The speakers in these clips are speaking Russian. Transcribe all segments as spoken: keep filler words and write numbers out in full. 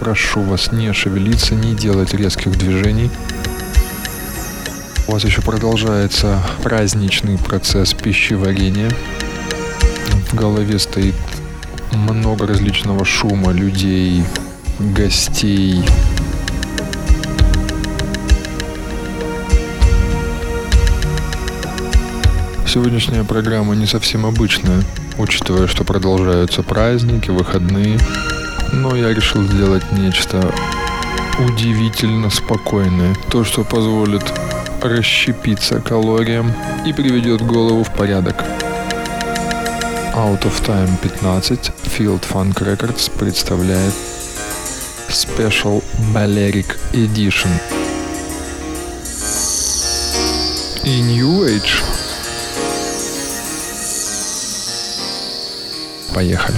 прошу вас не шевелиться, не делать резких движений. У вас еще продолжается праздничный процесс пищеварения. В голове стоит много различного шума, людей, гостей. Сегодняшняя программа не совсем обычная, учитывая, что продолжаются праздники, выходные. Но я решил сделать нечто удивительно спокойное. То, что позволит расщепиться калориям и приведет голову в порядок. Out of Time пятнадцать Field Funk Records представляет Special Balearic Edition. И New Age. Поехали.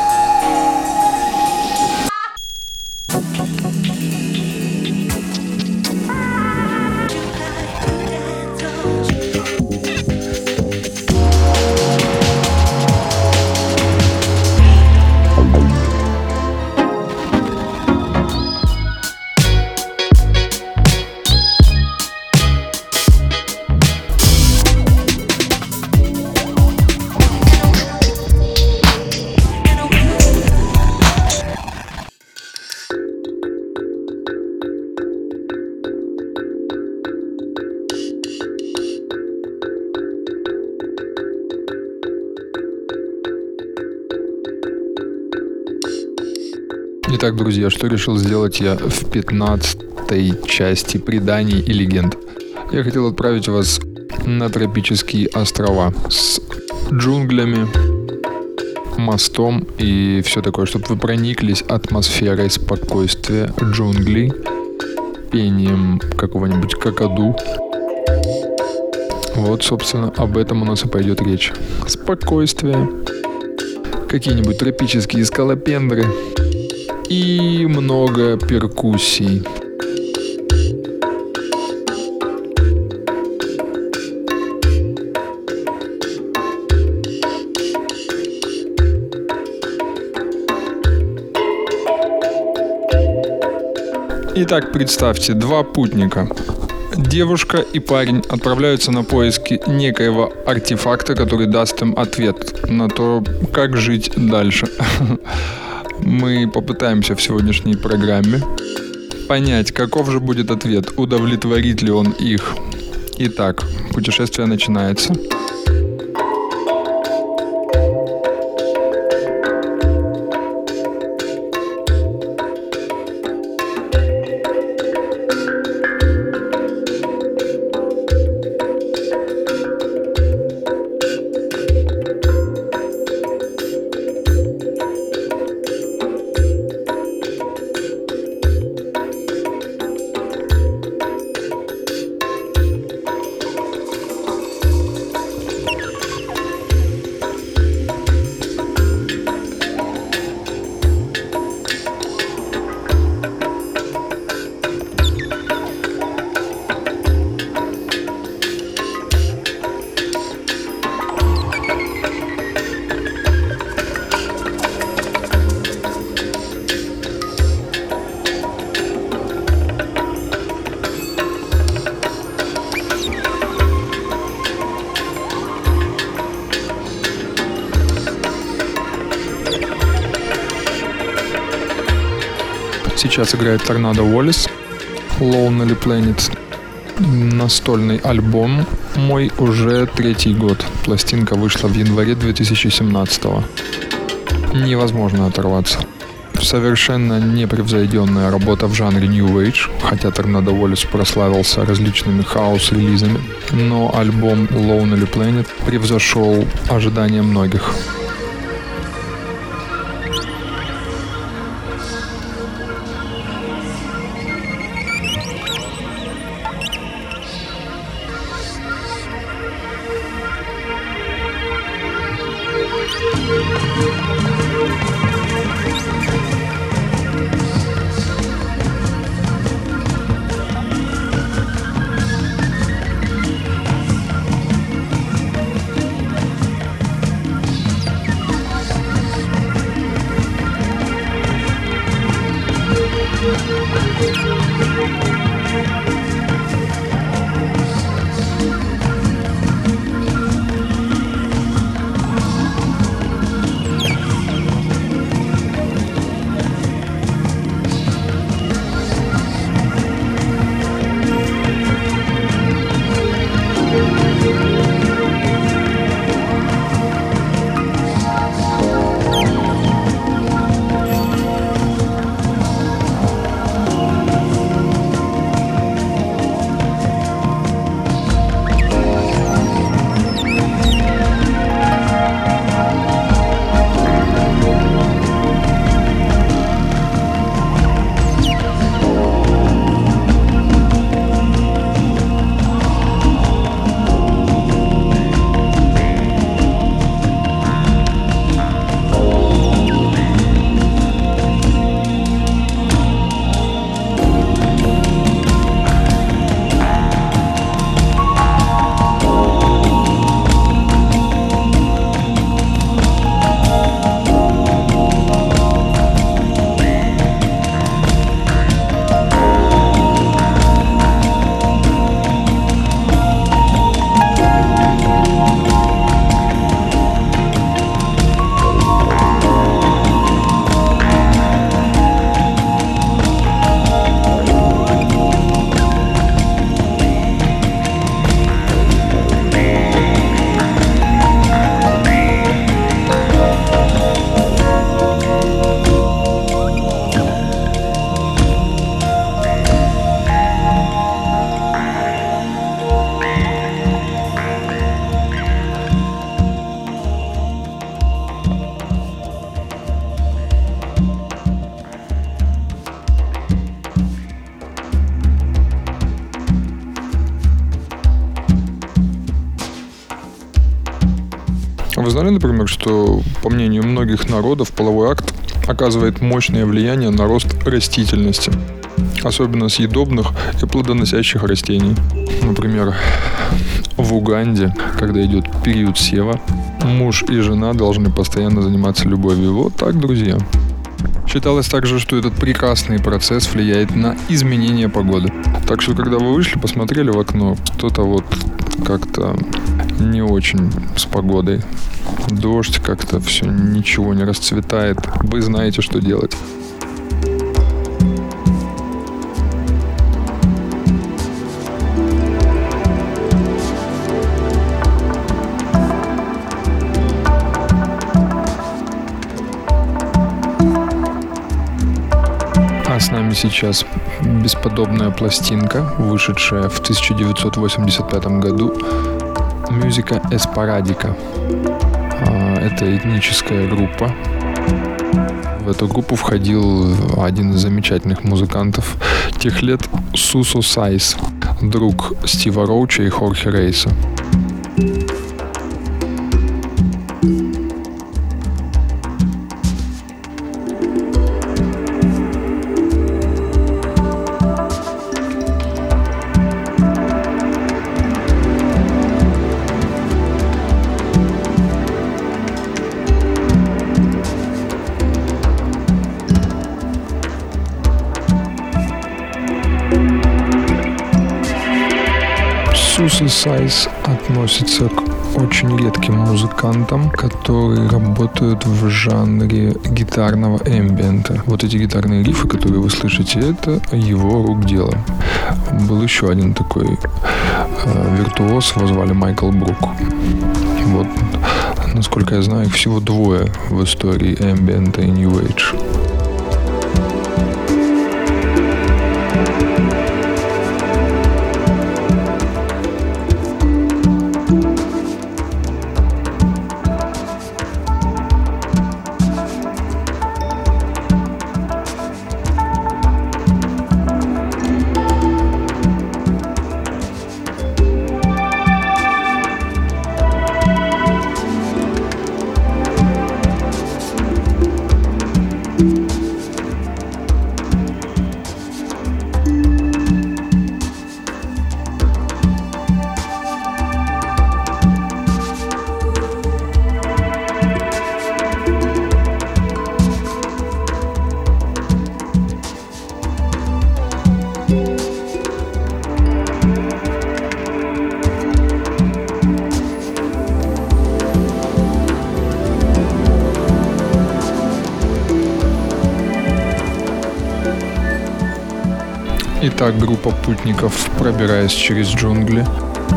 Итак, друзья, что решил сделать я в пятнадцатой части преданий и легенд? Я хотел отправить вас на тропические острова с джунглями, мостом и все такое, чтобы вы прониклись атмосферой спокойствия джунглей, пением какого-нибудь какаду. Вот, собственно, об этом у нас и пойдет речь. Спокойствие, какие-нибудь тропические скалопендры и много перкуссий. Итак, представьте, два путника. Девушка и парень отправляются на поиски некоего артефакта, который даст им ответ на то, как жить дальше. Мы попытаемся в сегодняшней программе понять, каков же будет ответ, удовлетворит ли он их. Итак, путешествие начинается. Сейчас играет Tornado Wallace, Lonely Planet, настольный альбом мой уже третий год. Пластинка вышла в январе две тысячи семнадцатого. Невозможно оторваться. Совершенно непревзойденная работа в жанре New Age, хотя Tornado Wallace прославился различными хаус-релизами, но альбом Lonely Planet превзошел ожидания многих. Вы знали, например, что, по мнению многих народов, половой акт оказывает мощное влияние на рост растительности, особенно съедобных и плодоносящих растений. Например, в Уганде, когда идет период сева, муж и жена должны постоянно заниматься любовью. Вот так, друзья. Считалось также, что этот прекрасный процесс влияет на изменение погоды. Так что, когда вы вышли, посмотрели в окно, что-то вот как-то не очень с погодой. Дождь, как-то все, ничего не расцветает. Вы знаете, что делать. А с нами сейчас бесподобная пластинка, вышедшая в тысяча девятьсот восемьдесят пятом году. Музыка Эспарадика. Это этническая группа. В эту группу входил один из замечательных музыкантов тех лет Сусо Сайс, друг Стива Роуча и Хорхе Рейса. Сусо Сайс относится к очень редким музыкантам, которые работают в жанре гитарного эмбиента. Вот эти гитарные рифы, которые вы слышите, это его рук дело. Был еще один такой э, виртуоз, его звали Майкл Брук. Вот, насколько я знаю, их всего двое в истории эмбиента и New Age. Итак, группа путников, пробираясь через джунгли,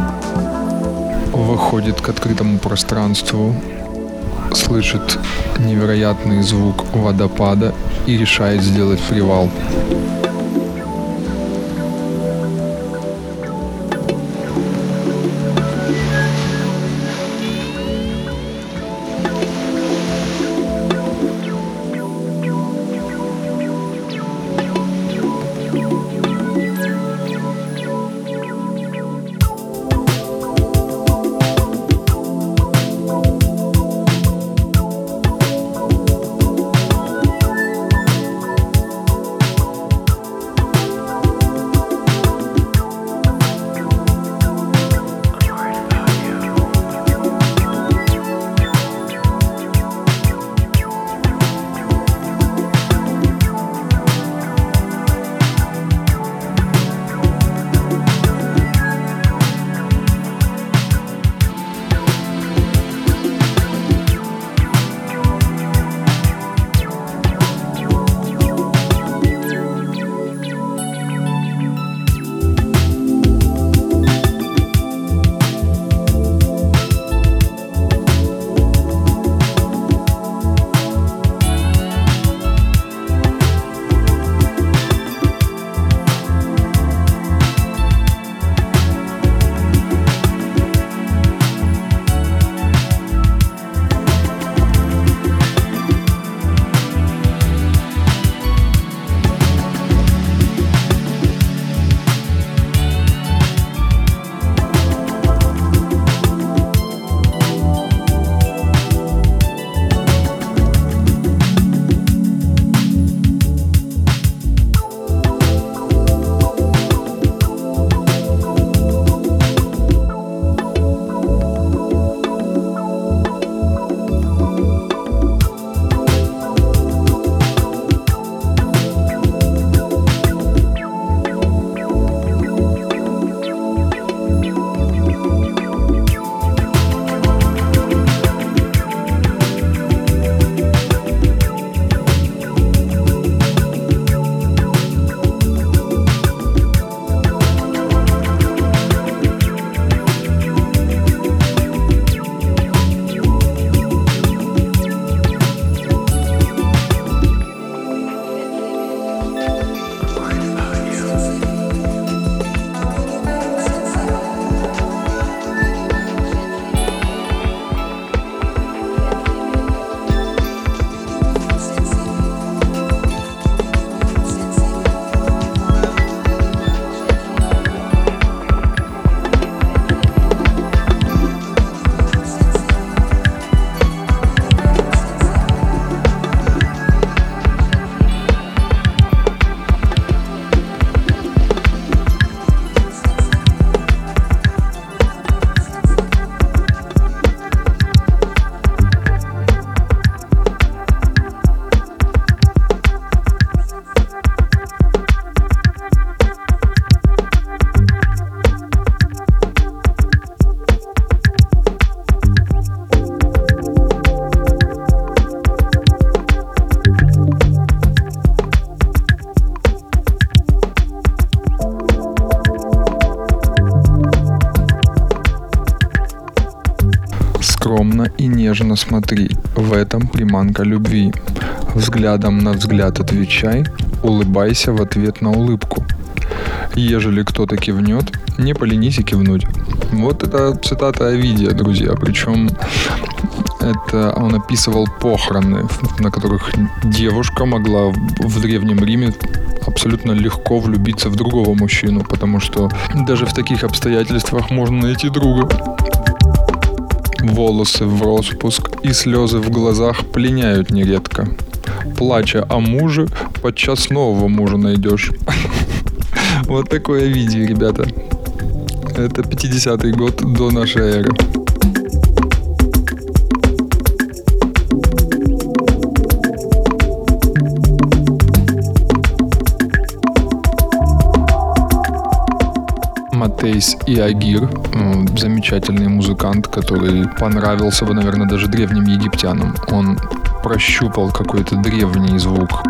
выходит к открытому пространству, слышит невероятный звук водопада и решает сделать привал. скромно и нежно смотри, в этом приманка любви. Взглядом на взгляд отвечай, улыбайся в ответ на улыбку. Ежели кто-то кивнет, не поленись и кивнуть. Вот это цитата Овидия, друзья. Причем это он описывал похороны, на которых девушка могла в Древнем Риме абсолютно легко влюбиться в другого мужчину, потому что даже в таких обстоятельствах можно найти друга. Волосы в распуск и слезы в глазах пленяют нередко. Плача о муже, подчас нового мужа найдешь. Вот такое видео, ребята. Это пятидесятый год до нашей эры. Матейс Иагир, замечательный музыкант, который понравился бы, наверное, даже древним египтянам. Он прощупал какой-то древний звук.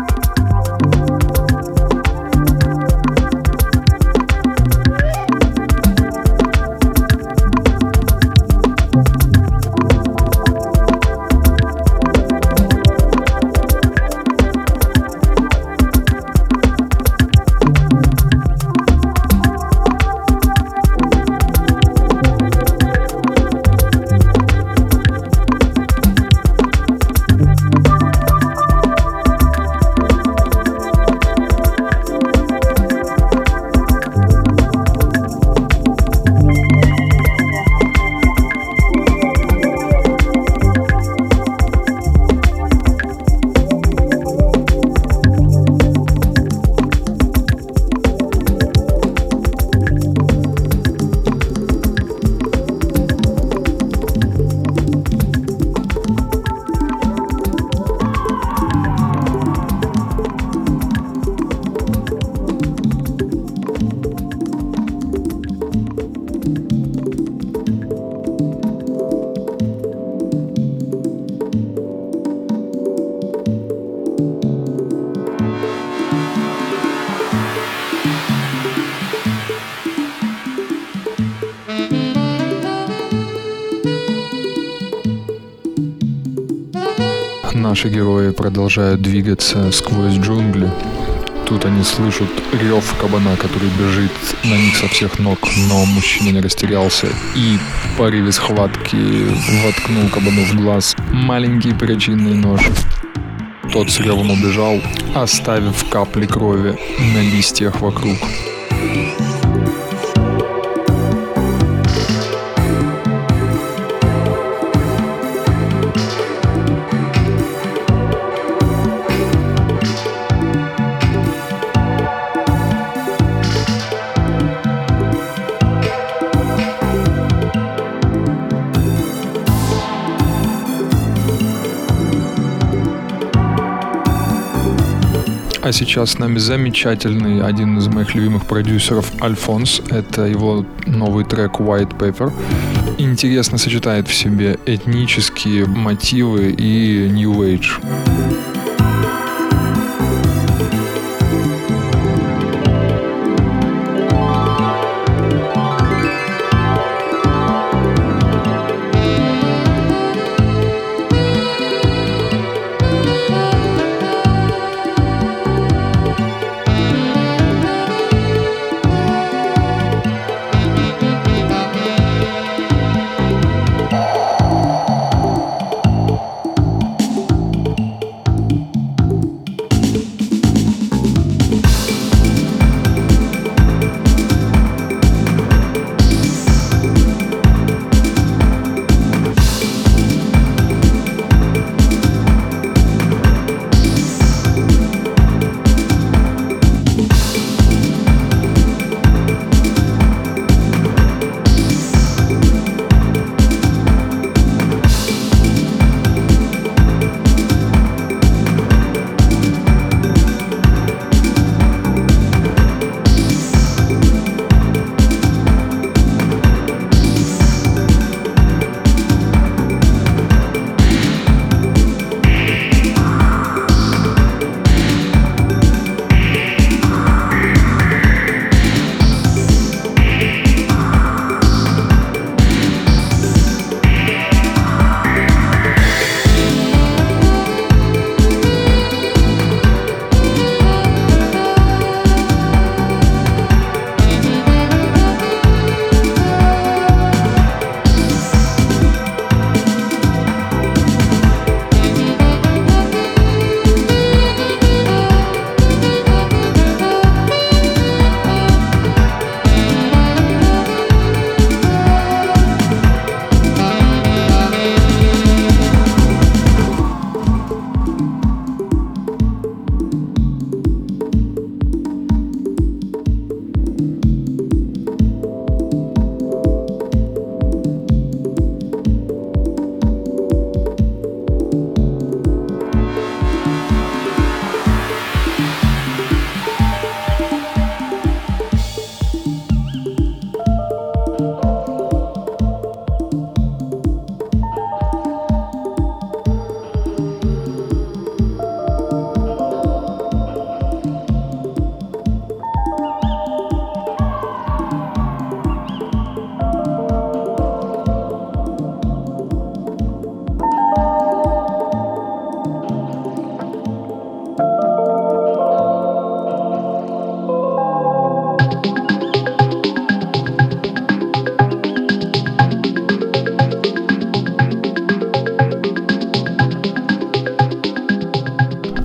Наши герои продолжают двигаться сквозь джунгли. Тут они слышат рев кабана, который бежит на них со всех ног, но мужчина не растерялся и в порыве схватки воткнул кабану в глаз маленький перочинный нож. Тот с ревом убежал, оставив капли крови на листьях вокруг. А сейчас с нами замечательный, один из моих любимых продюсеров, Альфонс. Это его новый трек White Paper. Интересно сочетает в себе этнические мотивы и New Age.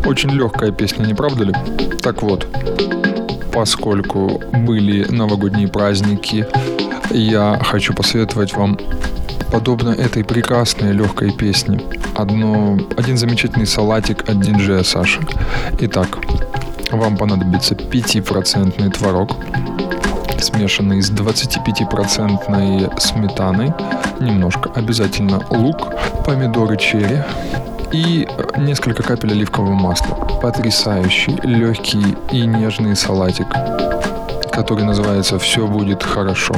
Очень легкая песня, не правда ли? Так вот, поскольку были новогодние праздники, я хочу посоветовать вам, подобно этой прекрасной легкой песне, одно, один замечательный салатик от диджея Саши. Итак, вам понадобится пятипроцентный творог, смешанный с двадцатипятипроцентной сметаной, немножко, обязательно лук, помидоры черри и несколько капель оливкового масла. Потрясающий, легкий и нежный салатик, который называется «Все будет хорошо».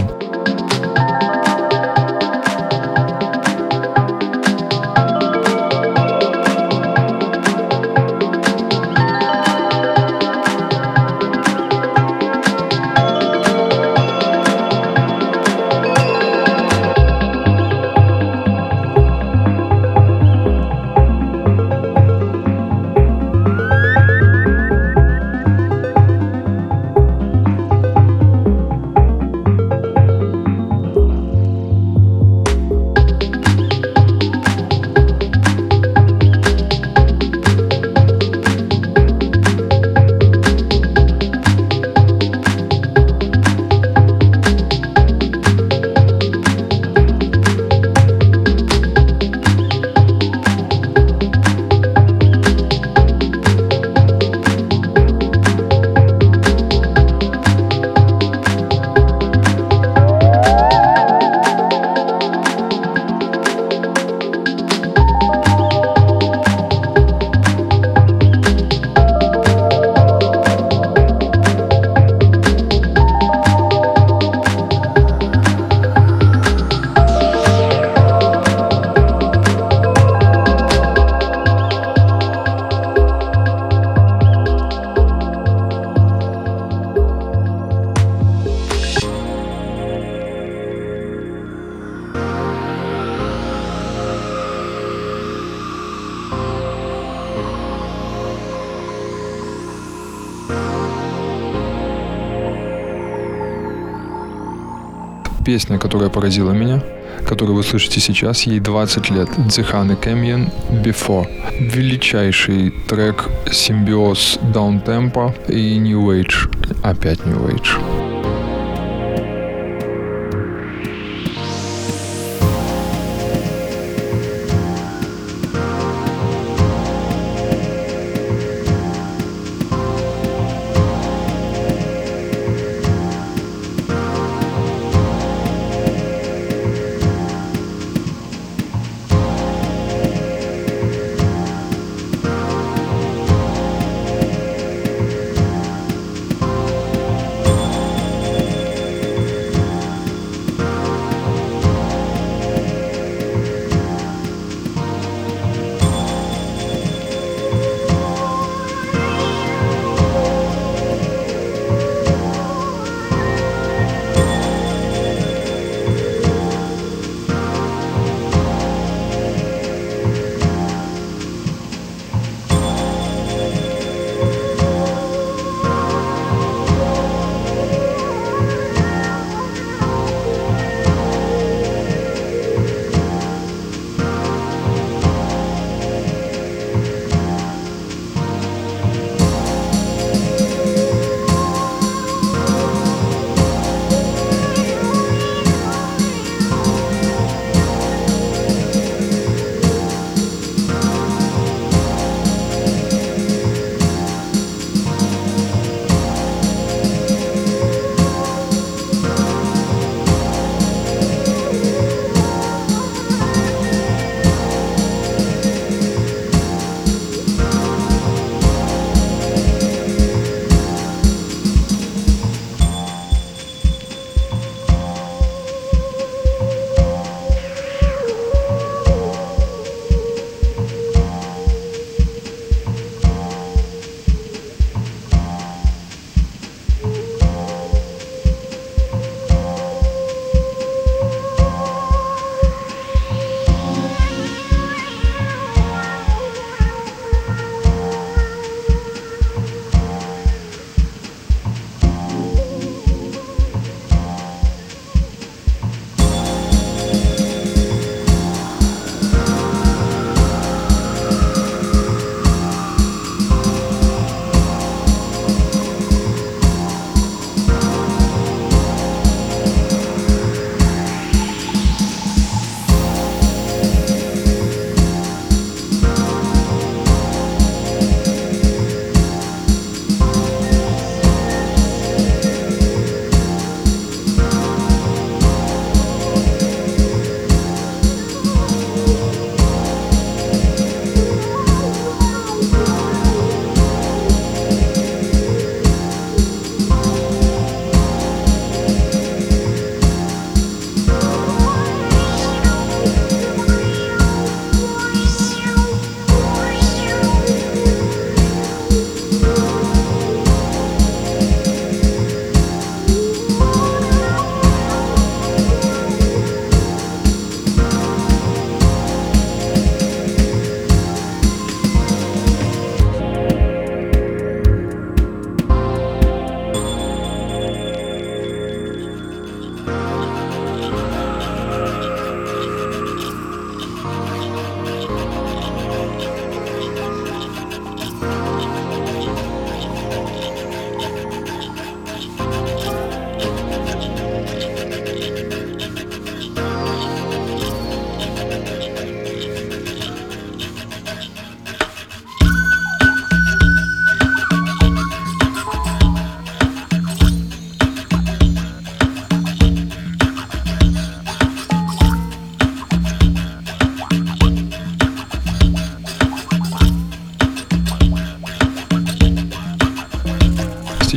Песня, которая поразила меня, которую вы слышите сейчас, ей двадцать лет. Дзиханы Кэмьен Before. Величайший трек, симбиоз даунтемпа и New Age. Опять New Age.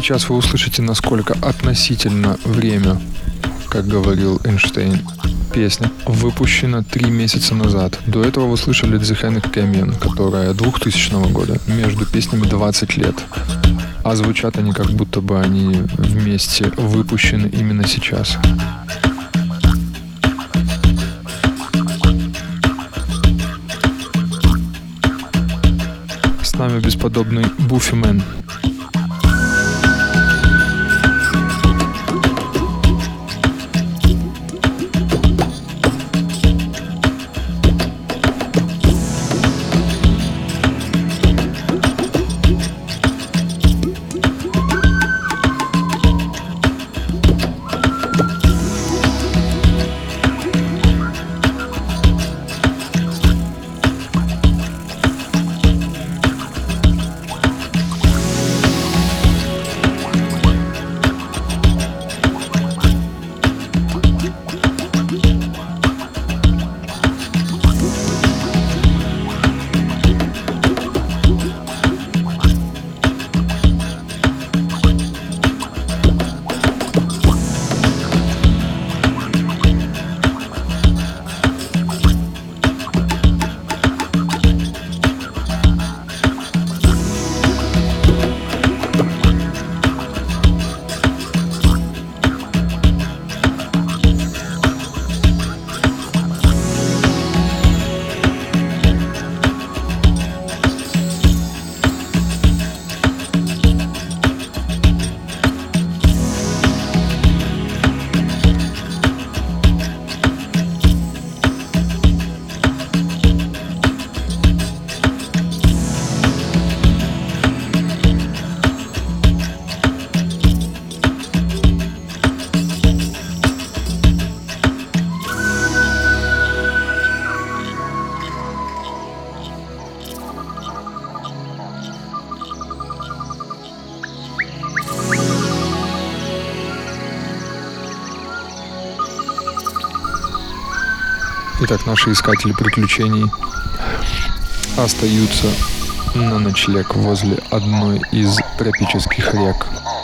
Сейчас вы услышите, насколько относительно время, как говорил Эйнштейн. Песня выпущена три месяца назад. До этого вы слышали «Дзыхэнек Кэмен», которая двухтысячного года. Между песнями двадцать лет. А звучат они, как будто бы они вместе выпущены именно сейчас. С нами бесподобный Буфи Мэн. Итак, наши искатели приключений остаются на ночлег возле одной из тропических рек.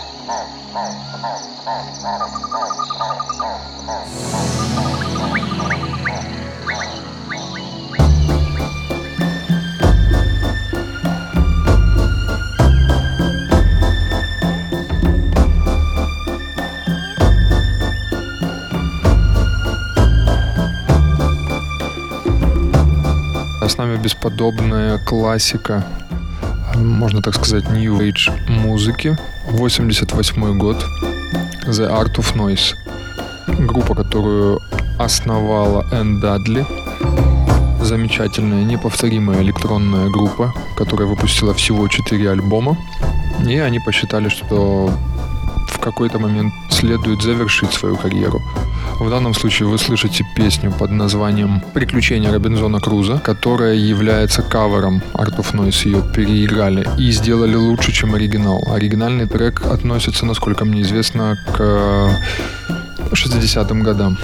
С нами бесподобная классика, можно так сказать, New Age музыки. восемьдесят восьмой год. The Art of Noise. Группа, которую основала Энн Дадли. Замечательная, неповторимая электронная группа, которая выпустила всего четыре альбома. И они посчитали, что в какой-то момент следует завершить свою карьеру. В данном случае вы слышите песню под названием «Приключения Робинзона Круза», которая является кавером Art of Noise. Ее переиграли и сделали лучше, чем оригинал. Оригинальный трек относится, насколько мне известно, к шестидесятым годам.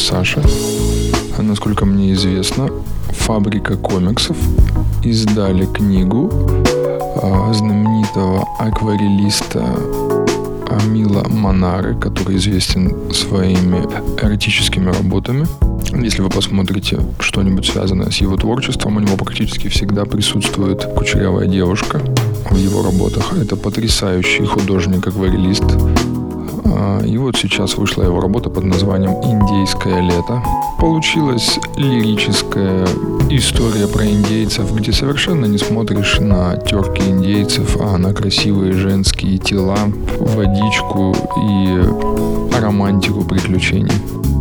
Саша. Насколько мне известно, «Фабрика комиксов» издали книгу знаменитого акварелиста Мила Манары, который известен своими эротическими работами. Если вы посмотрите что-нибудь связанное с его творчеством, у него практически всегда присутствует кучерявая девушка в его работах. Это потрясающий художник-акварелист. И вот сейчас вышла его работа под названием «Индейское лето». Получилась лирическая история про индейцев, где совершенно не смотришь на терки индейцев, а на красивые женские тела, водичку и романтику приключений.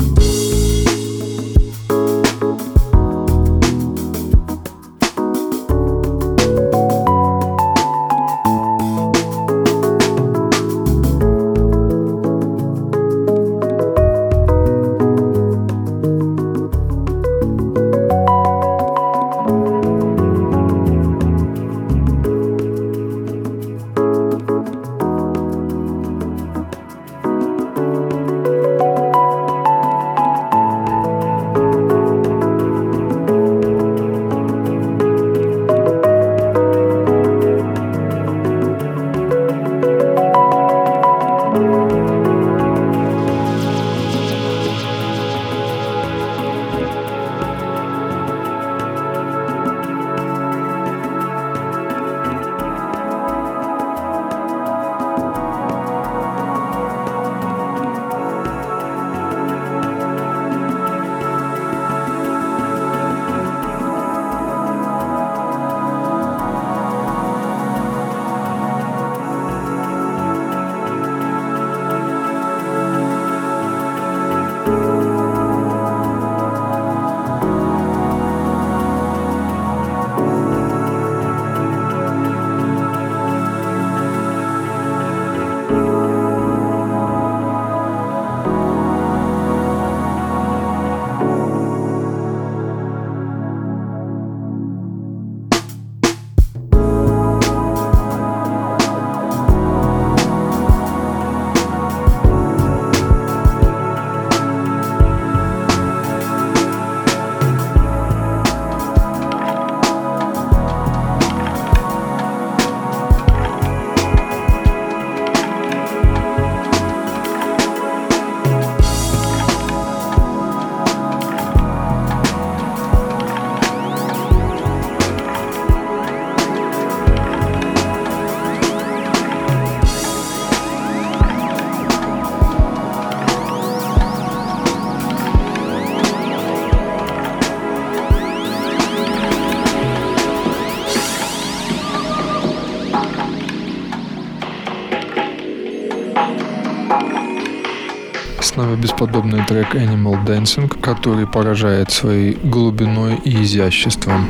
Снова бесподобный трек Animal Dancing, который поражает своей глубиной и изяществом.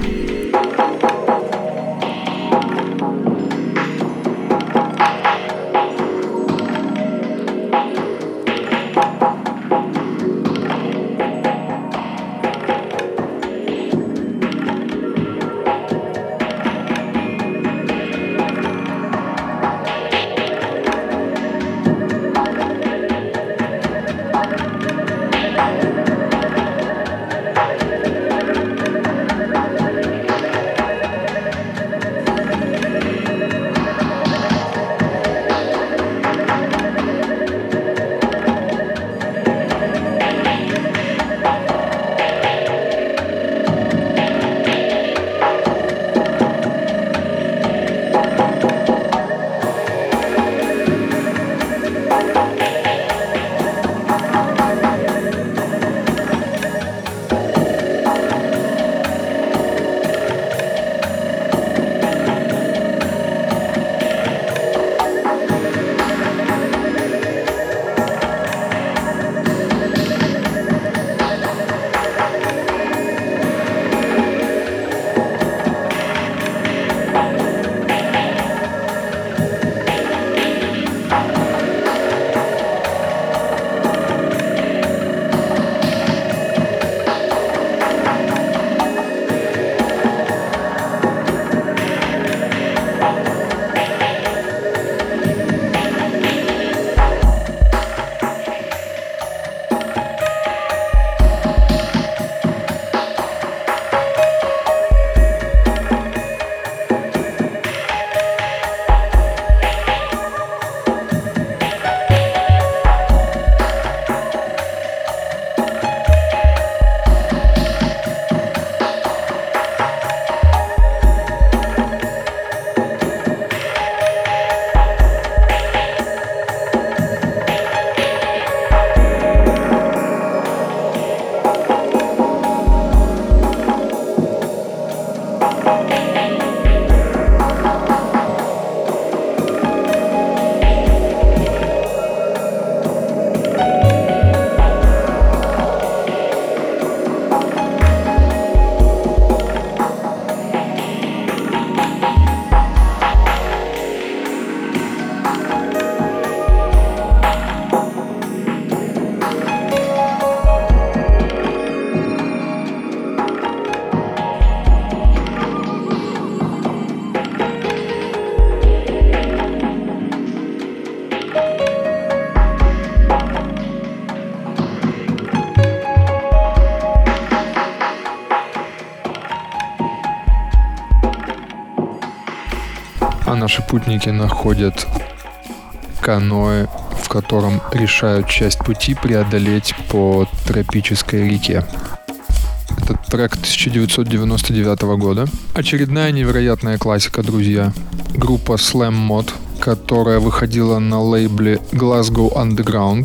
наши путники находят каноэ, в котором решают часть пути преодолеть по тропической реке. Это трек тысяча девятьсот девяносто девятого года. Очередная невероятная классика, друзья. Группа Slam Mod, которая выходила на лейбле Glasgow Underground.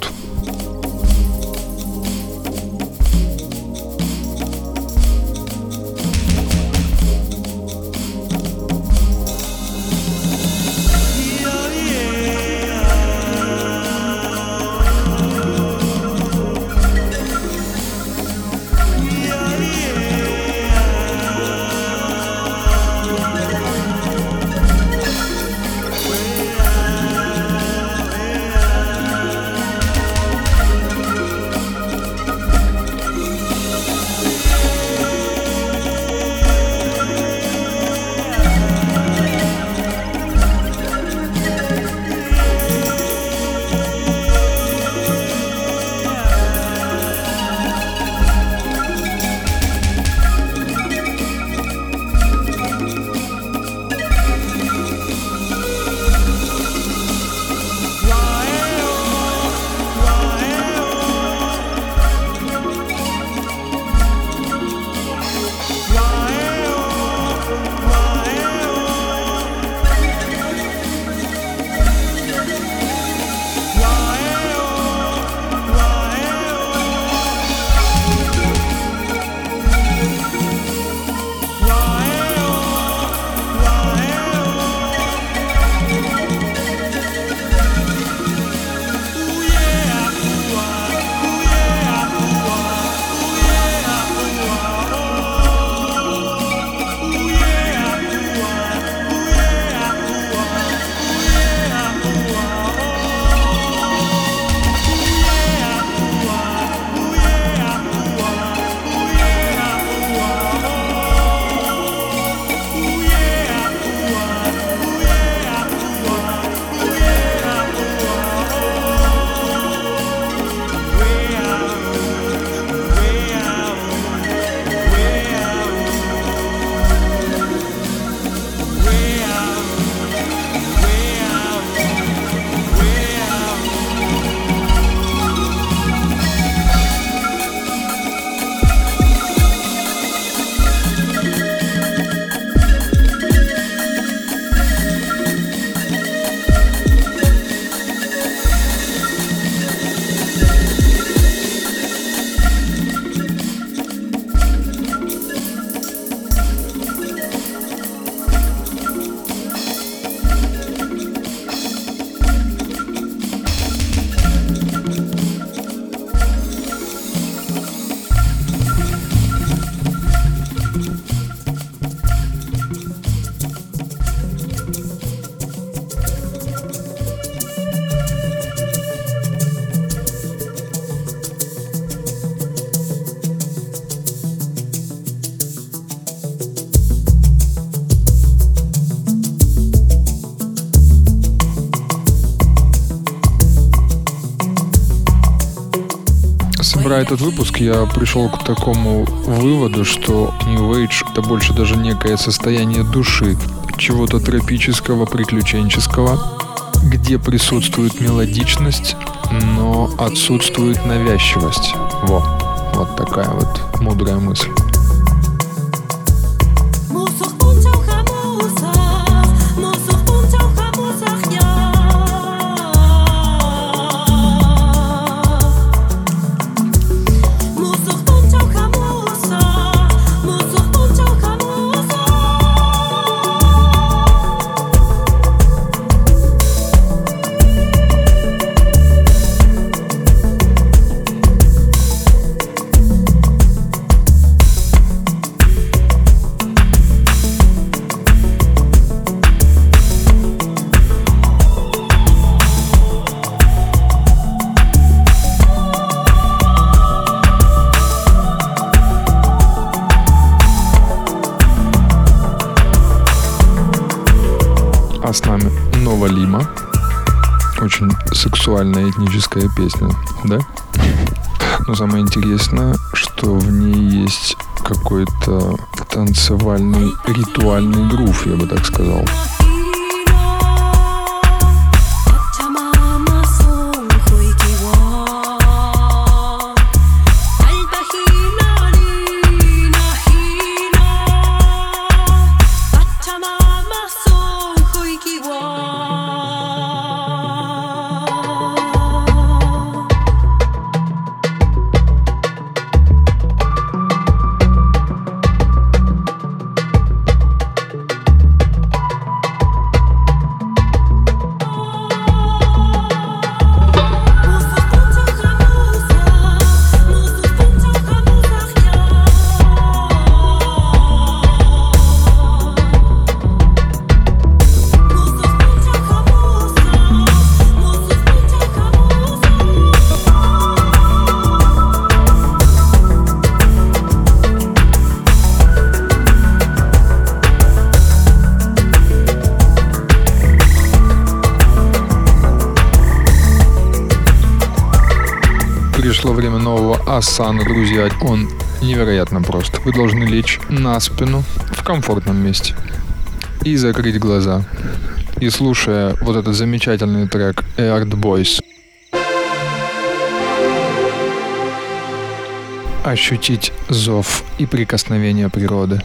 Собирая этот выпуск, я пришел к такому выводу, что New Age — это больше даже некое состояние души, чего-то тропического, приключенческого, где присутствует мелодичность, но отсутствует навязчивость. Во, вот такая вот мудрая мысль. А с нами Нова Лима. Очень сексуальная этническая песня, да? Но самое интересное, что в ней есть какой-то танцевальный, ритуальный грув, я бы так сказал. пришло время нового Асана, друзья. Он невероятно прост. Вы должны лечь на спину в комфортном месте и закрыть глаза. И слушая вот этот замечательный трек Earth Boys, ощутить зов и прикосновение природы.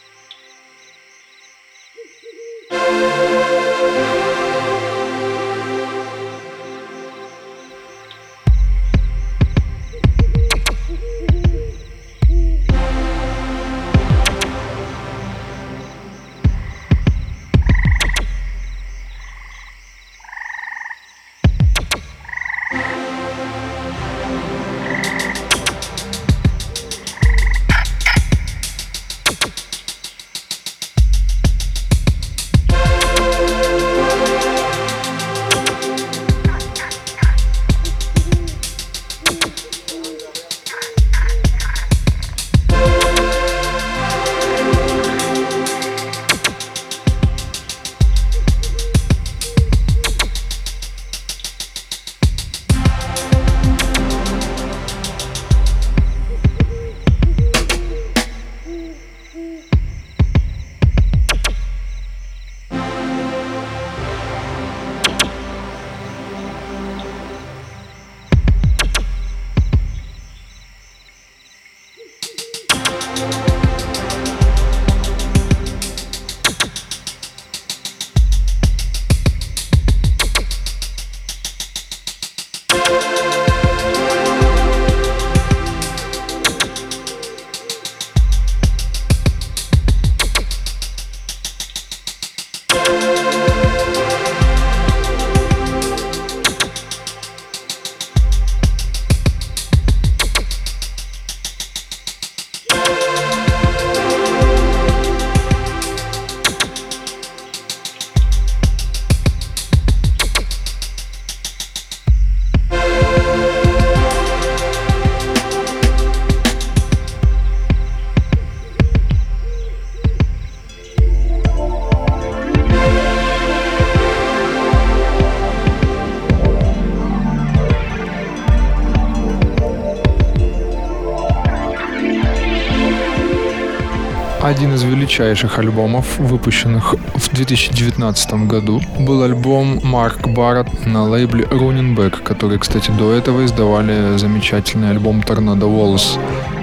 Один из величайших альбомов, выпущенных в две тысячи девятнадцатом году, был альбом Марк Барретт на лейбле Running Back, который, кстати, до этого издавали замечательный альбом Tornado Walls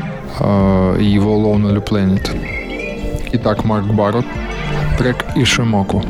э, и его Lonely Planet. Итак, Марк Барретт, трек Ишимоку.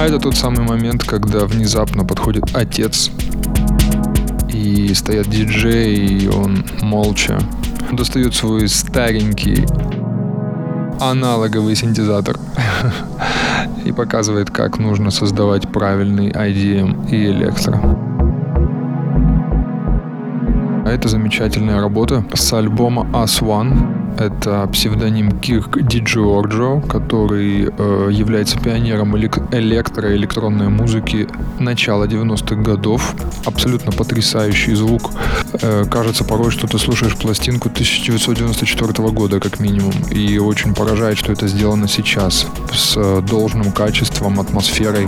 это тот самый момент, когда внезапно подходит отец, и стоят диджеи, и он молча достает свой старенький аналоговый синтезатор и показывает, как нужно создавать правильный ай ди эм и электро. А это замечательная работа с альбома As One. Это псевдоним Кирк Диджиорджо, который э, является пионером элек- электро- и электронной музыки начала девяностых годов. Абсолютно потрясающий звук. Э, кажется порой, что ты слушаешь пластинку тысяча девятьсот девяносто четвёртого года, как минимум. И очень поражает, что это сделано сейчас с э, должным качеством, атмосферой.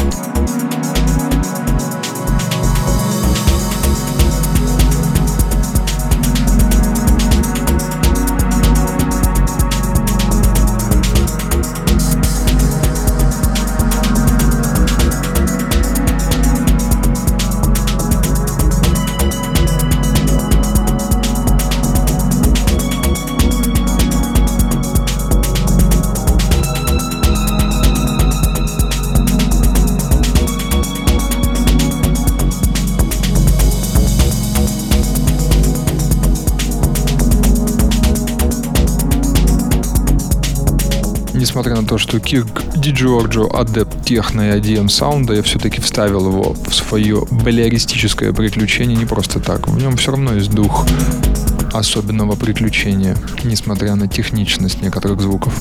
Несмотря на то, что Кирк Диджиорджо адепт техно и ай ди эм саунда, я все-таки вставил его в свое балеристическое приключение не просто так. В нем все равно есть дух особенного приключения, несмотря на техничность некоторых звуков.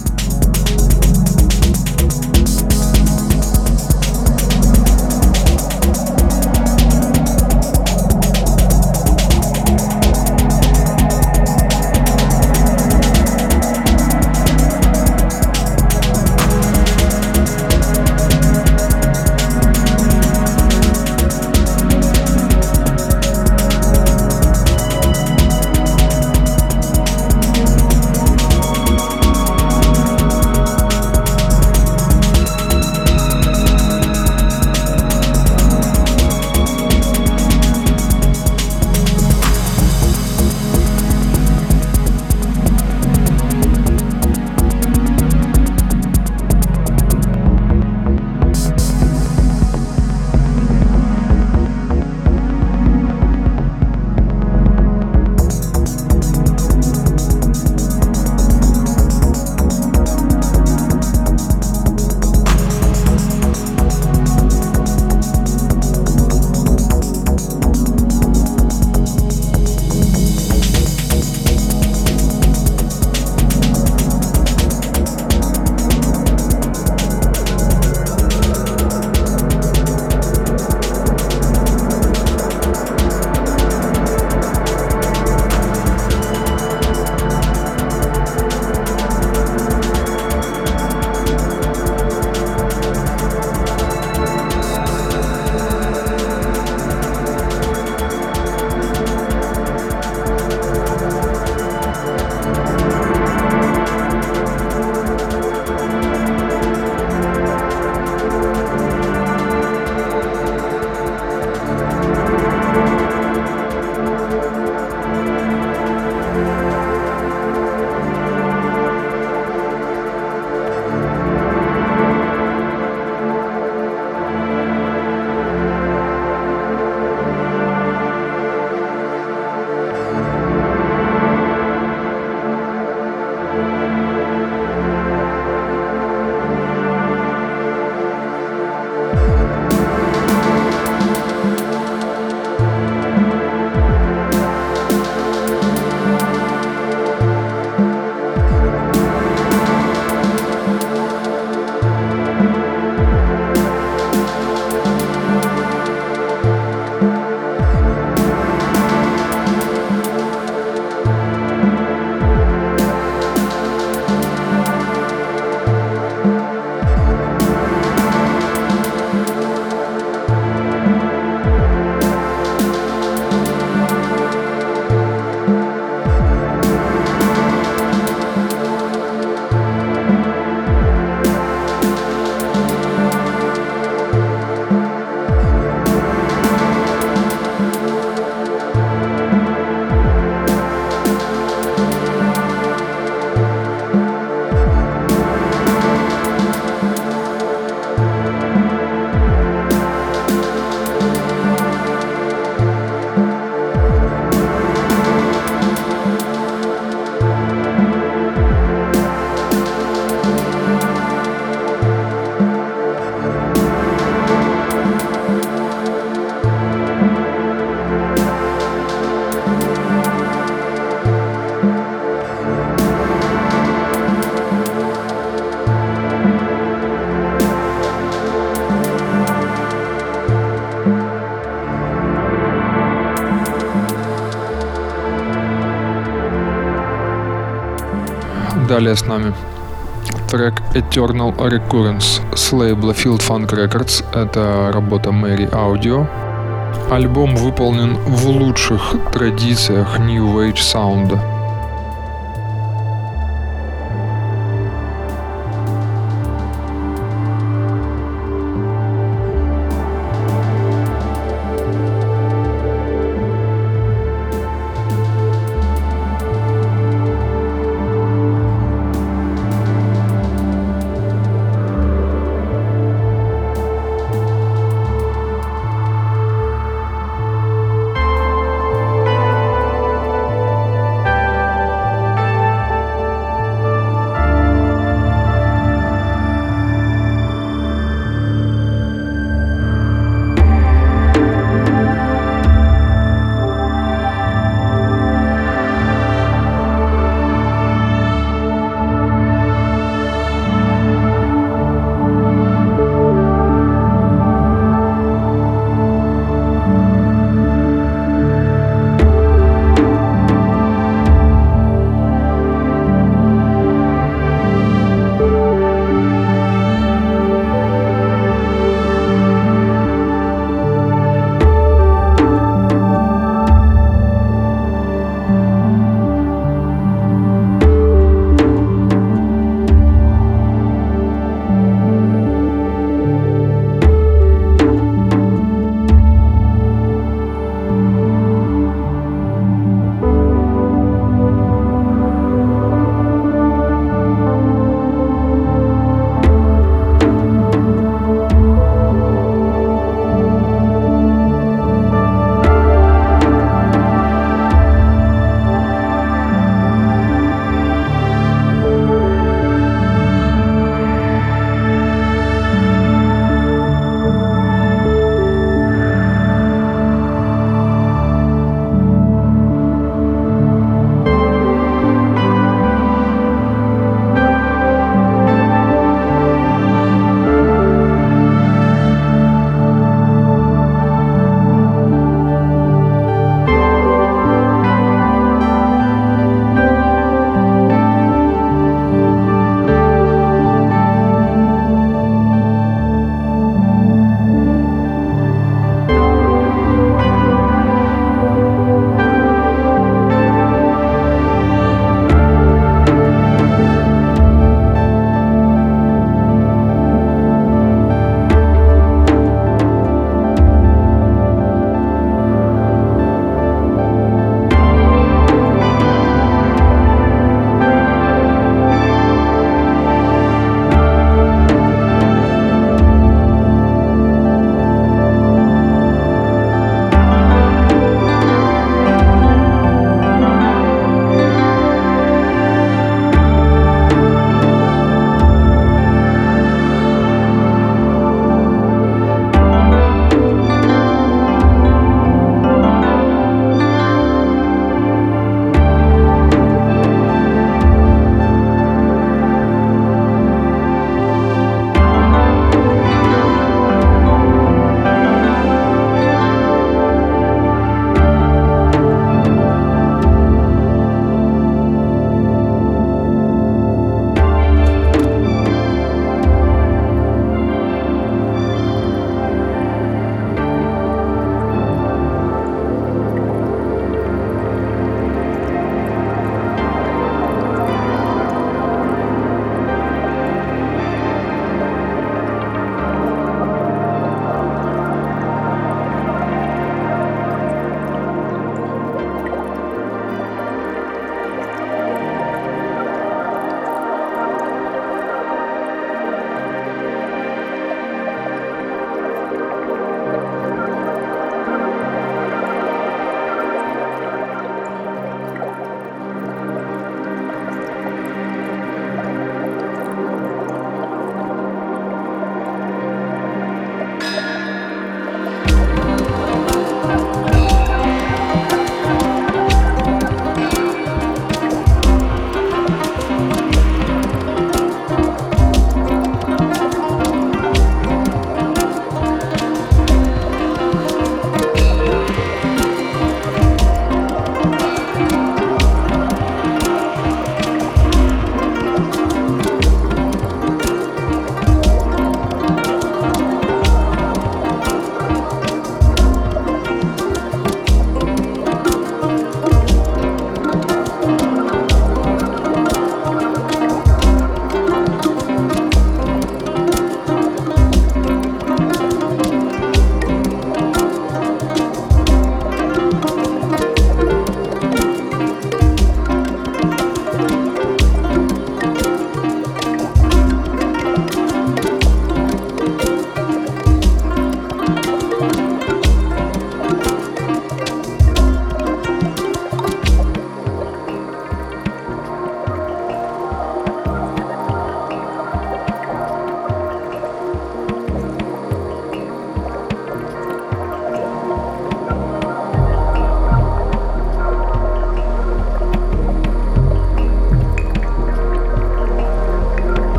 Далее с нами трек Eternal Recurrence с лейбла Field Funk Records. Это работа Мэри Audio. Альбом выполнен в лучших традициях New Age саунда.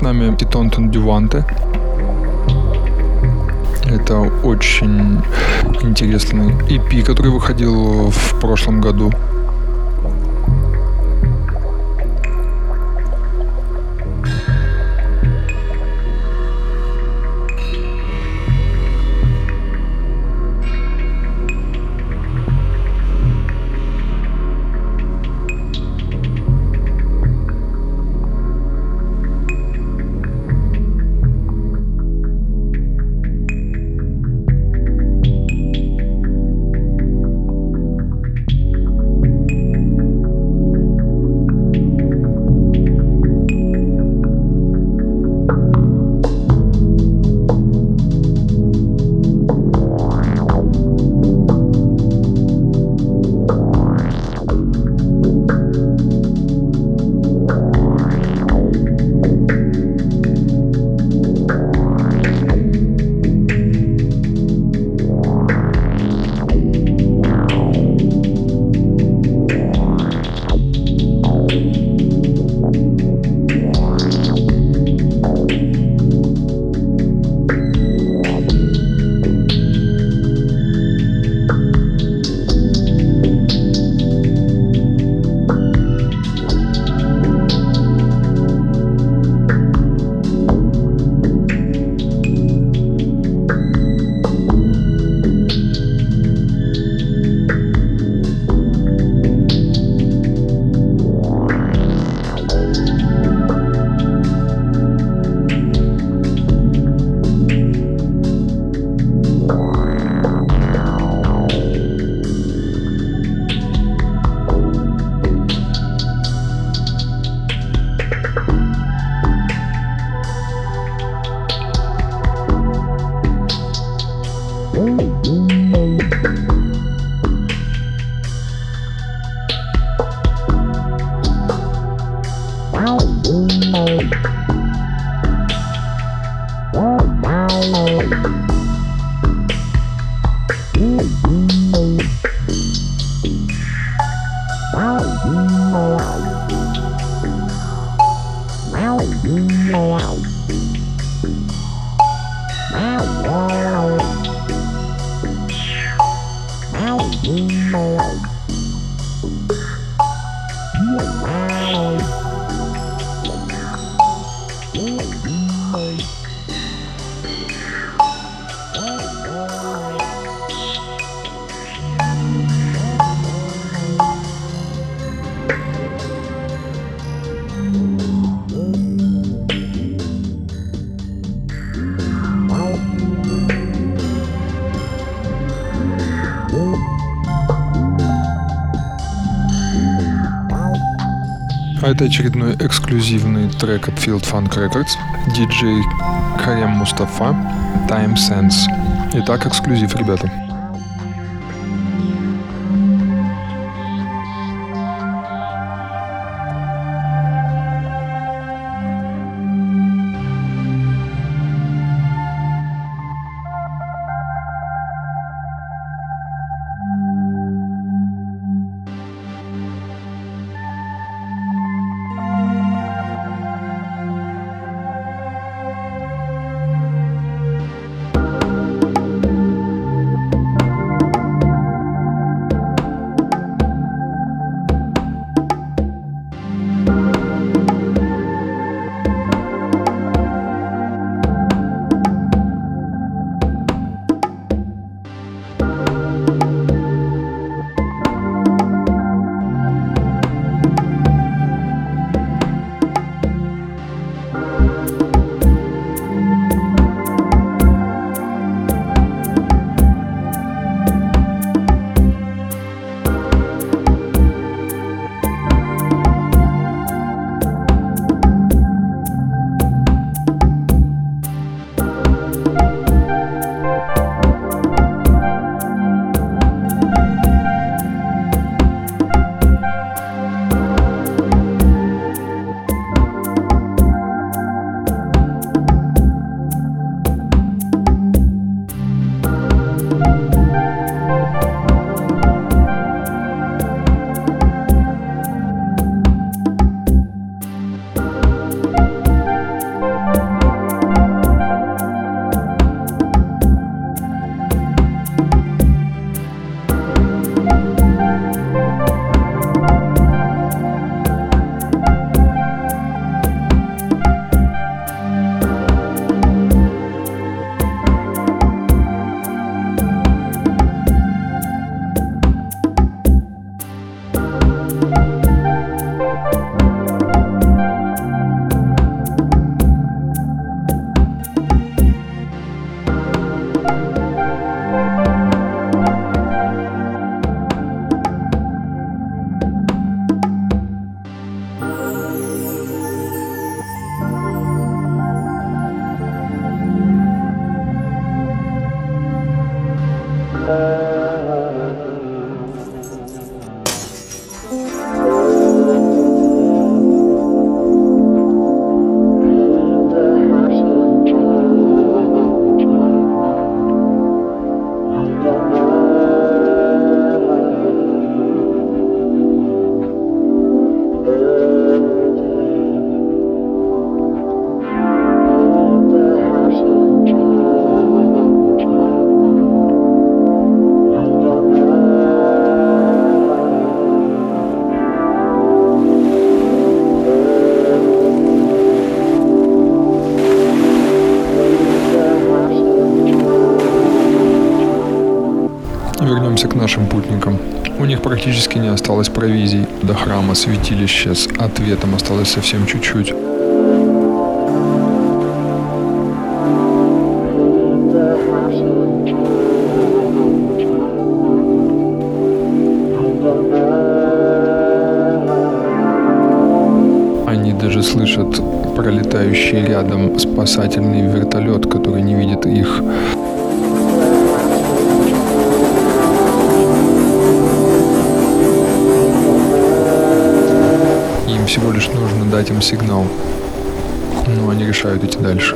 нами Титонтон Дюванте. Это очень интересный и пи, который выходил в прошлом году. А это очередной эксклюзивный трек от Field Funk Records, диджей Карем Мустафа, Time Sense. Итак, эксклюзив, ребята. Возвращаемся к нашим путникам. У них практически не осталось провизий. До храма святилища с ответом осталось совсем чуть-чуть. Они даже слышат пролетающий рядом спасательный вертолет, который не видит их. Им всего лишь нужно дать им сигнал, но они решают идти дальше.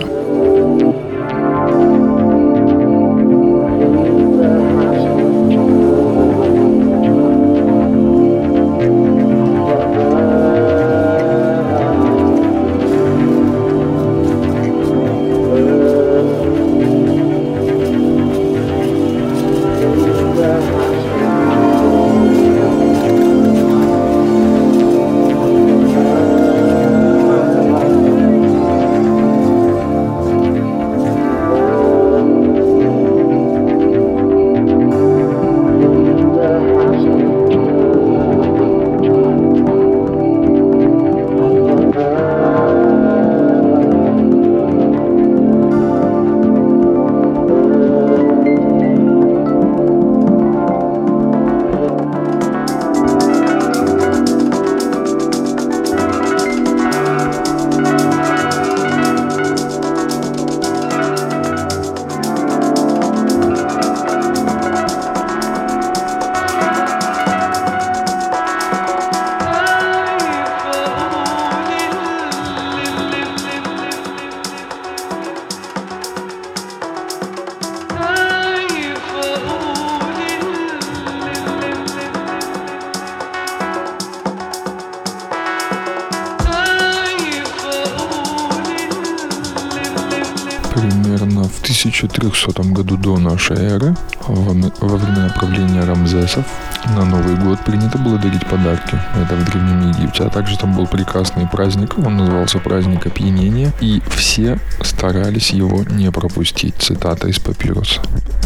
Примерно в тысяча трехсотом году до нашей эры, во, во времена правления Рамзесов, на Новый год принято было дарить подарки. Это в Древнем Египте. А также там был прекрасный праздник, он назывался праздник опьянения, и все старались его не пропустить. Цитата из папируса.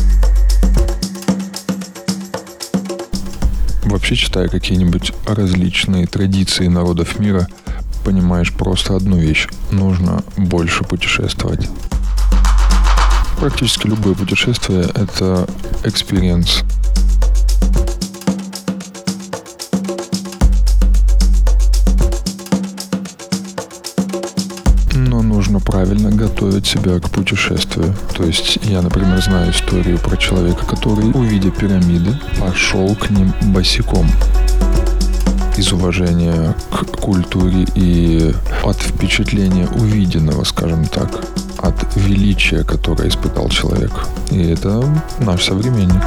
Вообще, читая какие-нибудь различные традиции народов мира, понимаешь просто одну вещь. Нужно больше путешествовать. Практически любое путешествие – это экспириенс. Но нужно правильно готовить себя к путешествию. То есть я, например, знаю историю про человека, который, увидя пирамиды, пошел к ним босиком. Из уважения к культуре и от впечатления увиденного, скажем так, от величия, которое испытал человек. И это наш современник.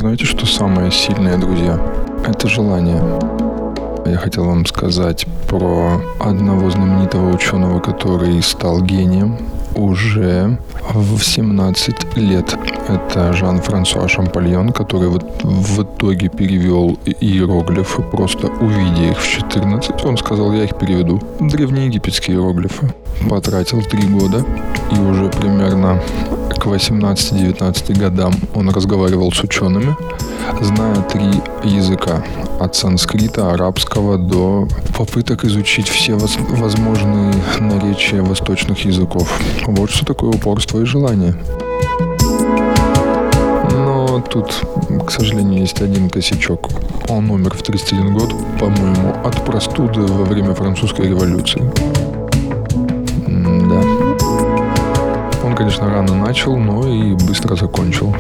Знаете, что самое сильное, друзья? Это желание. Я хотел вам сказать про одного знаменитого ученого, который стал гением уже в семнадцать лет. Это Жан-Франсуа Шампольон, который в, в итоге перевел иероглифы, просто увидя их в четырнадцать. Он сказал, я их переведу. Древнеегипетские иероглифы. Потратил три года, и уже примерно к восемнадцати-девятнадцати годам он разговаривал с учеными, зная три языка. От санскрита, арабского до попыток изучить все возможные наречия восточных языков. Вот что такое упорство и желание. Но тут, к сожалению, есть один косячок. Он умер в тридцать один год, по-моему, от простуды во время французской революции. Да. Он, конечно, рано начал, но и быстро закончил.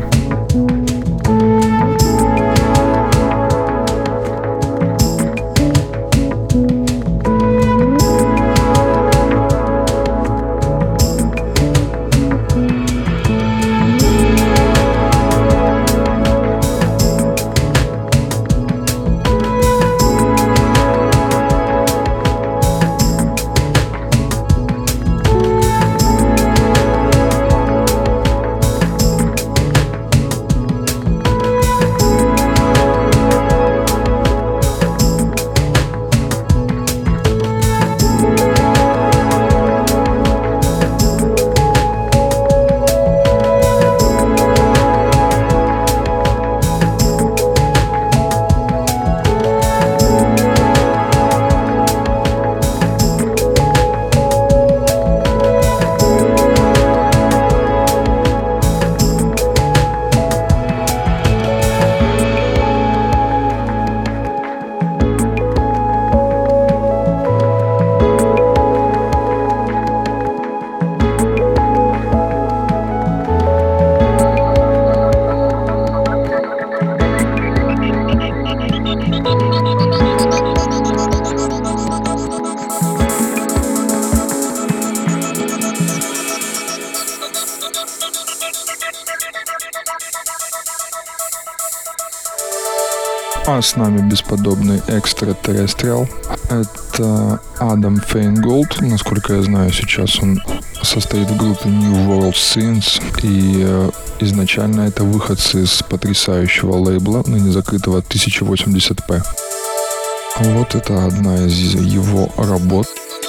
А с нами бесподобный Extraterrestrial. Это Адам Фейнголд. Насколько я знаю, сейчас он состоит в группе New World Scenes. И э, изначально это выходцы с потрясающего лейбла, ныне закрытого тысяча восемьдесят пэ. Вот это одна из его работ.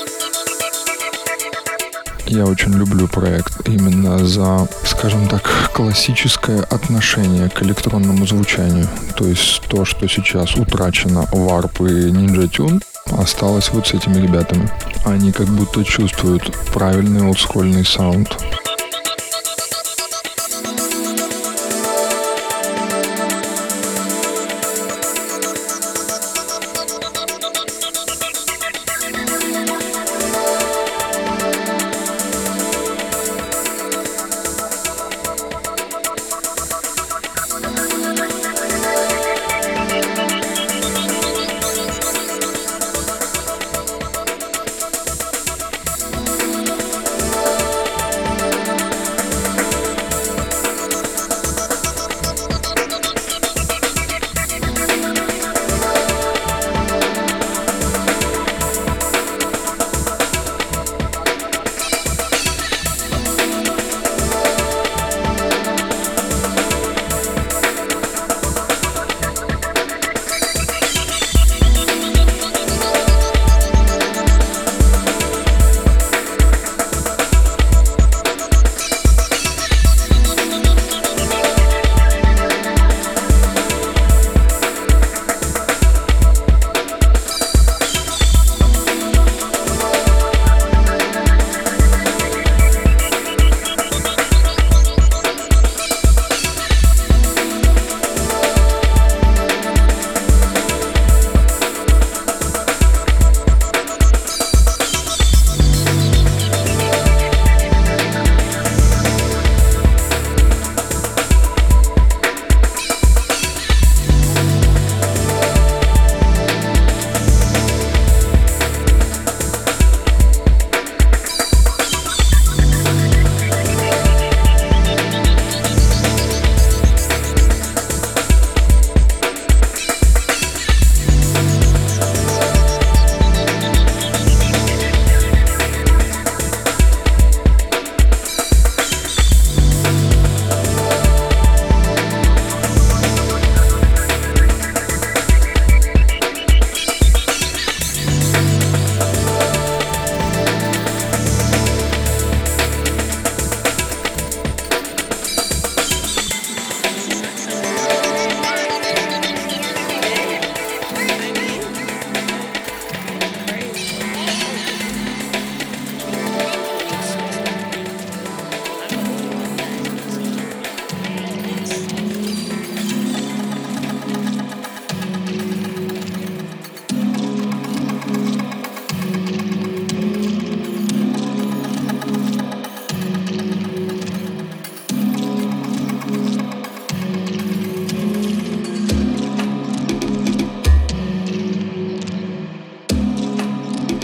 Я очень люблю проект именно за, скажем так, классическое отношение к электронному звучанию. То есть то, что сейчас утрачено Warp и Ninja Tune, осталось вот с этими ребятами. Они как будто чувствуют правильный олдскульный саунд.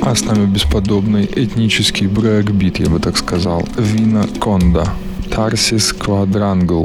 А с нами бесподобный этнический брейкбит, я бы так сказал. Вина Конда. Tarsis Quadrangle.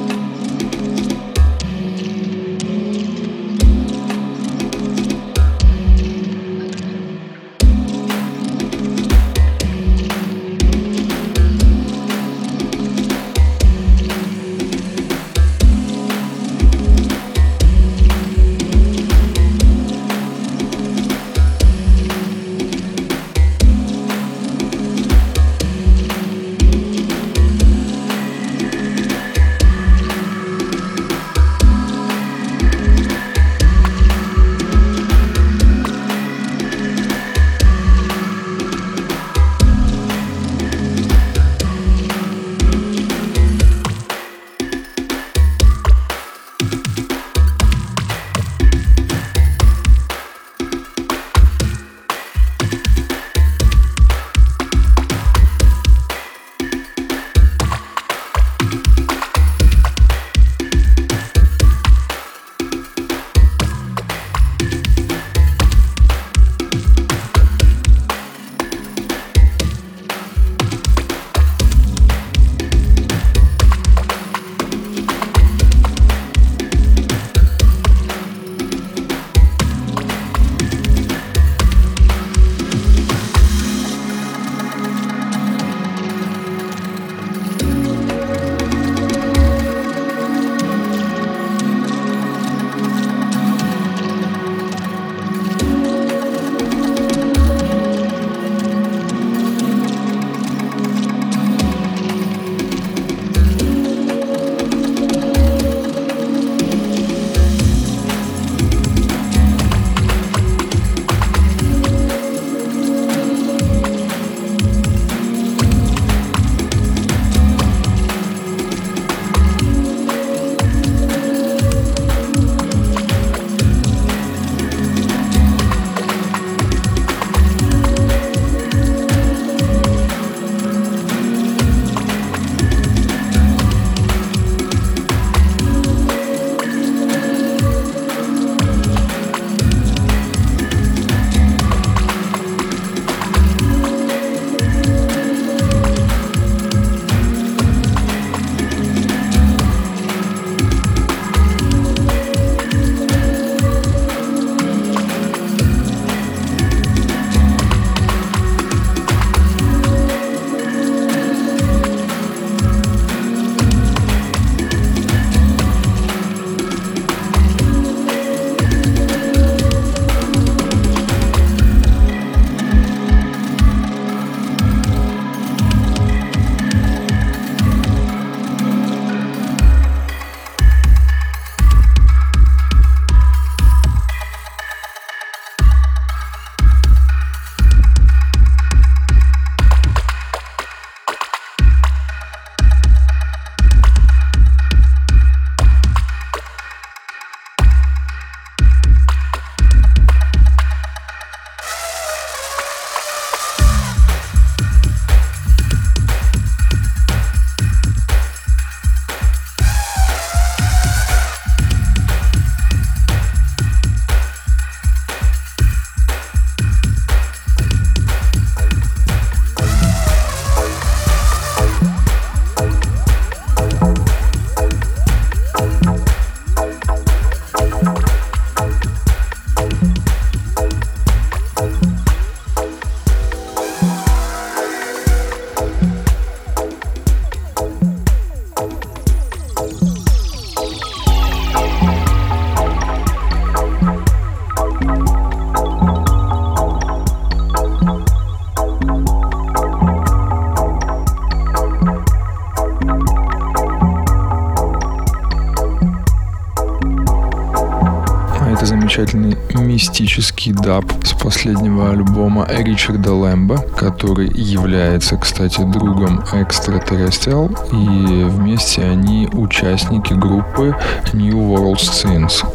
замечательный мистический даб с последнего альбома Ричарда Лэмбо, который является, кстати, другом Extraterrestrial, и вместе они участники группы New World Scenes,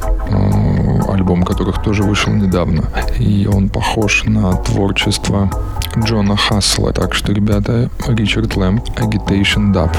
альбом которых тоже вышел недавно. И он похож на творчество Джона Хассела. Так что, ребята, Ричард Лэмб, Agitation Dub.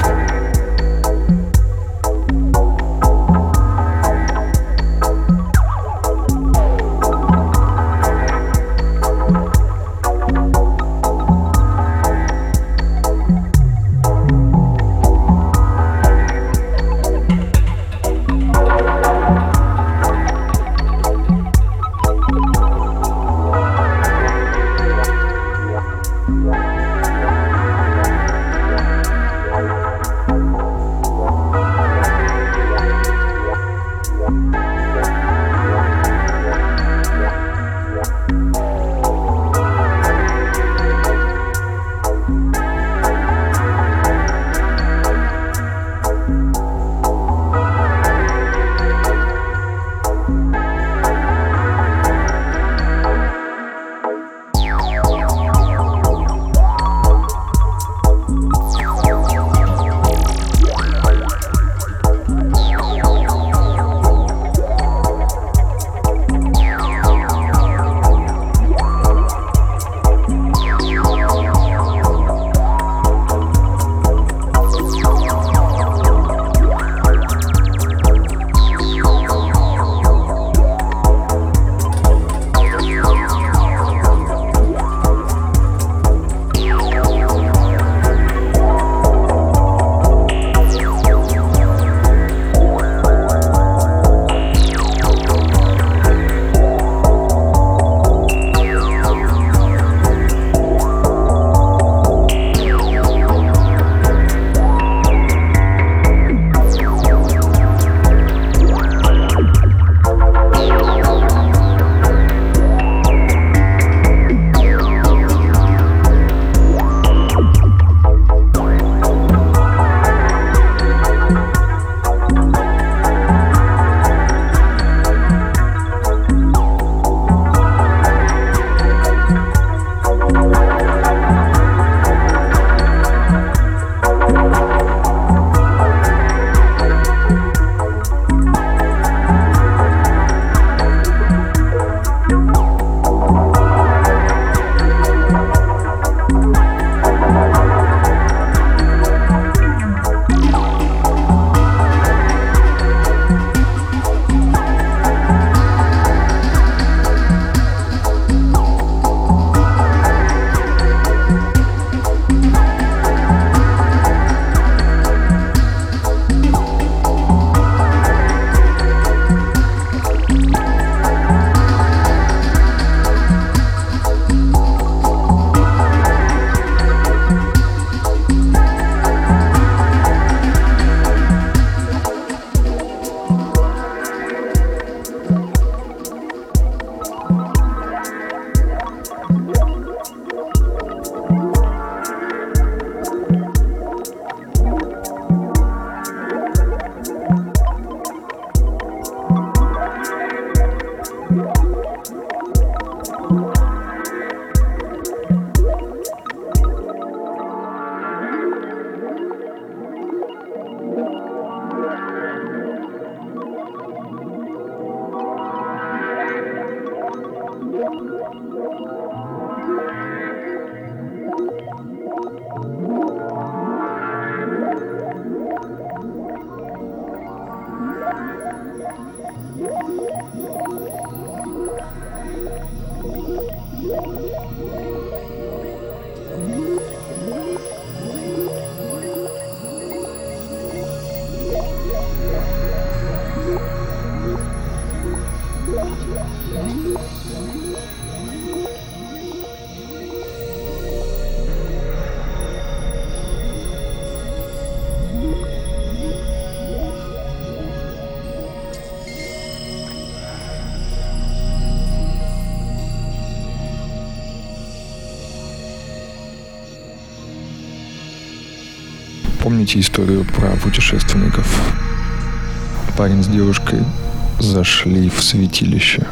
Помните историю про путешественников? Парень с девушкой зашли в святилище.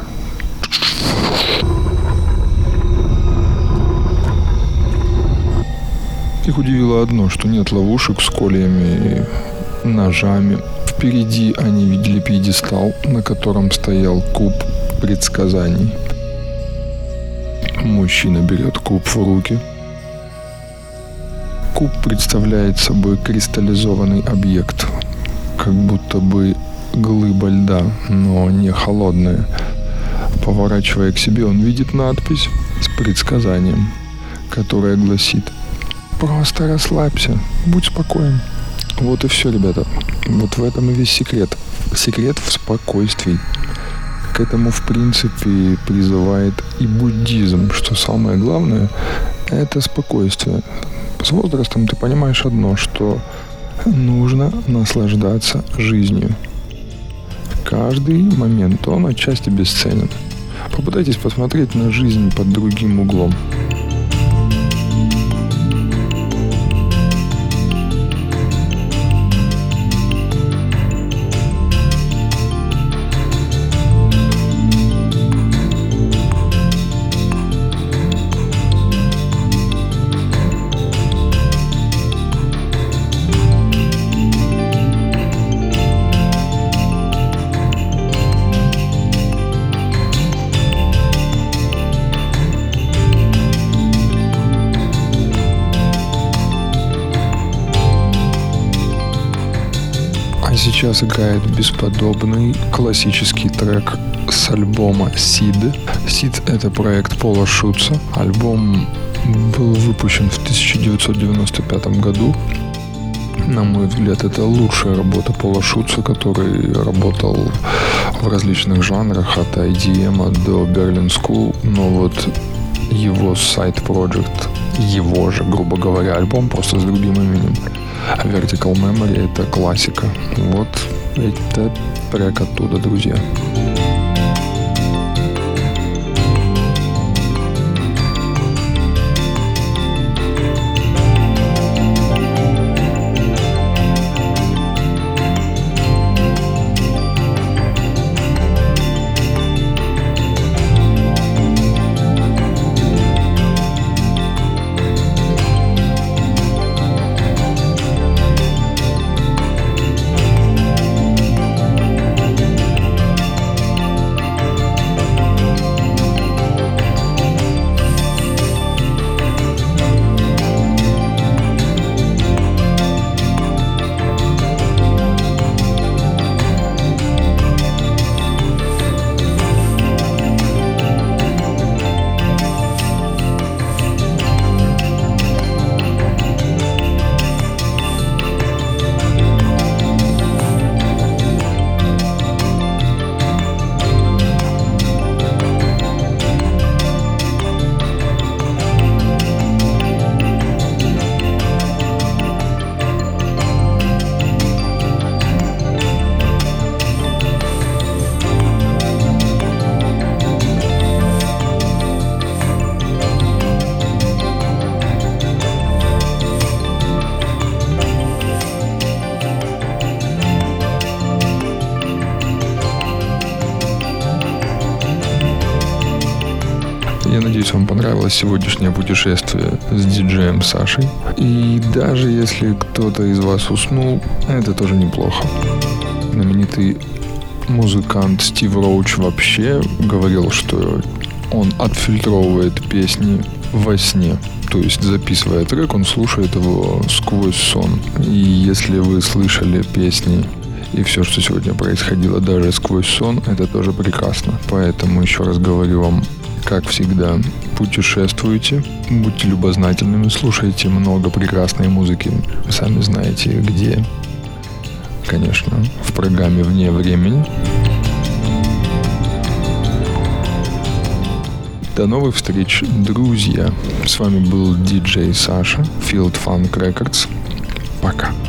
Их удивило одно, что нет ловушек с кольями и ножами. Впереди они видели пьедестал, на котором стоял куб предсказаний. Мужчина берет куб в руки. Куб представляет собой кристаллизованный объект, как будто бы глыба льда, но не холодная. Поворачивая к себе, он видит надпись с предсказанием, которая гласит: «Просто расслабься, будь спокоен». Вот и все, ребята. Вот в этом и весь секрет. Секрет в спокойствии. К этому, в принципе, призывает и буддизм, что самое главное – это спокойствие. С возрастом ты понимаешь одно, что нужно наслаждаться жизнью. Каждый момент, он отчасти бесценен. Попытайтесь посмотреть на жизнь под другим углом. Сейчас играет бесподобный классический трек с альбома Seed. Seed — это проект Пола Шутца. Альбом был выпущен в тысяча девятьсот девяносто пятом году. На мой взгляд, это лучшая работа Пола Шутца, который работал в различных жанрах, от ай ди эм до Berlin School. Но вот его сайд-проджект, его же, грубо говоря, альбом, просто с другим именем, Vertical Memory — это классика. Вот это трек оттуда, друзья. Я надеюсь, вам понравилось сегодняшнее путешествие с диджеем Сашей. И даже если кто-то из вас уснул, это тоже неплохо. Знаменитый музыкант Стив Роуч вообще говорил, что он отфильтровывает песни во сне. То есть, записывая трек, он слушает его сквозь сон. И если вы слышали песни и все, что сегодня происходило, даже сквозь сон, это тоже прекрасно. Поэтому еще раз говорю вам, как всегда, путешествуйте, будьте любознательными, слушайте много прекрасной музыки. Вы сами знаете где. Конечно, в программе «Вне времени». До новых встреч, друзья. С вами был диджей Саша, Field Funk Records. Пока.